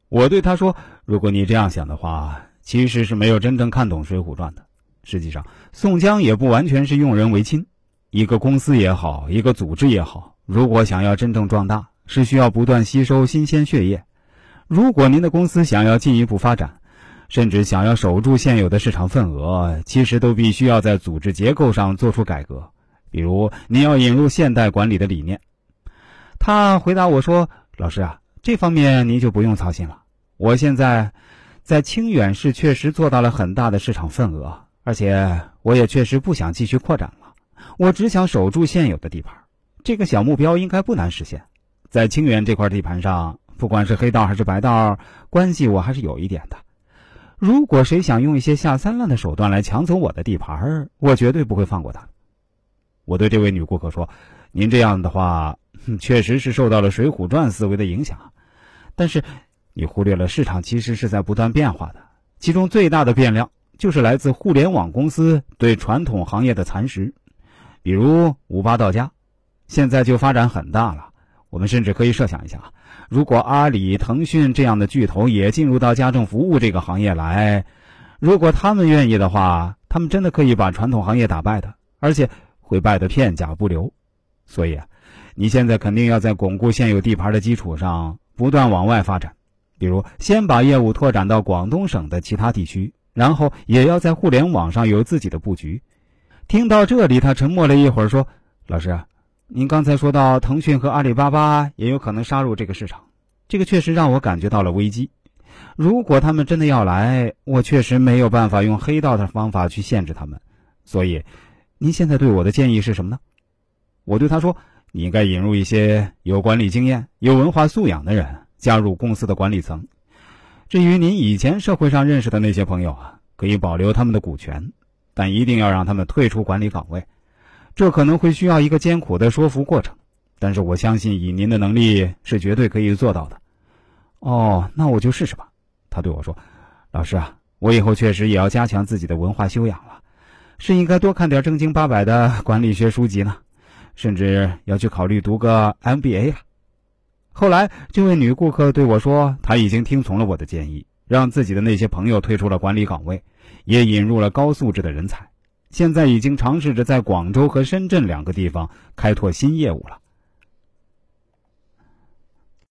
我对他说，如果你这样想的话，其实是没有真正看懂《水浒传》的。实际上，宋江也不完全是用人为亲。一个公司也好，一个组织也好，如果想要真正壮大，是需要不断吸收新鲜血液。如果您的公司想要进一步发展，甚至想要守住现有的市场份额，其实都必须要在组织结构上做出改革。比如，您要引入现代管理的理念。他回答我说，老师啊，这方面您就不用操心了。我现在在清远市确实做到了很大的市场份额，而且我也确实不想继续扩展了，我只想守住现有的地盘。这个小目标应该不难实现。在清远这块地盘上，不管是黑道还是白道，关系我还是有一点的。如果谁想用一些下三滥的手段来抢走我的地盘，我绝对不会放过他。我对这位女顾客说，您这样的话确实是受到了《水浒传》思维的影响，但是你忽略了市场其实是在不断变化的，其中最大的变量就是来自互联网公司对传统行业的蚕食。比如58到家现在就发展很大了，我们甚至可以设想一下，如果阿里、腾讯这样的巨头也进入到家政服务这个行业来，如果他们愿意的话，他们真的可以把传统行业打败的，而且会败得片甲不留。所以你现在肯定要在巩固现有地盘的基础上不断往外发展，比如先把业务拓展到广东省的其他地区，然后也要在互联网上有自己的布局。听到这里，他沉默了一会儿说，老师，您刚才说到腾讯和阿里巴巴也有可能杀入这个市场，这个确实让我感觉到了危机。如果他们真的要来，我确实没有办法用黑道的方法去限制他们。所以您现在对我的建议是什么呢？我对他说，你应该引入一些有管理经验、有文化素养的人加入公司的管理层。至于您以前社会上认识的那些朋友可以保留他们的股权，但一定要让他们退出管理岗位。这可能会需要一个艰苦的说服过程，但是我相信以您的能力是绝对可以做到的。哦，那我就试试吧。他对我说，老师我以后确实也要加强自己的文化修养了，是应该多看点正经八百的管理学书籍呢，甚至要去考虑读个 MBA 后来这位女顾客对我说，她已经听从了我的建议，让自己的那些朋友退出了管理岗位，也引入了高素质的人才，现在已经尝试着在广州和深圳2个地方开拓新业务了。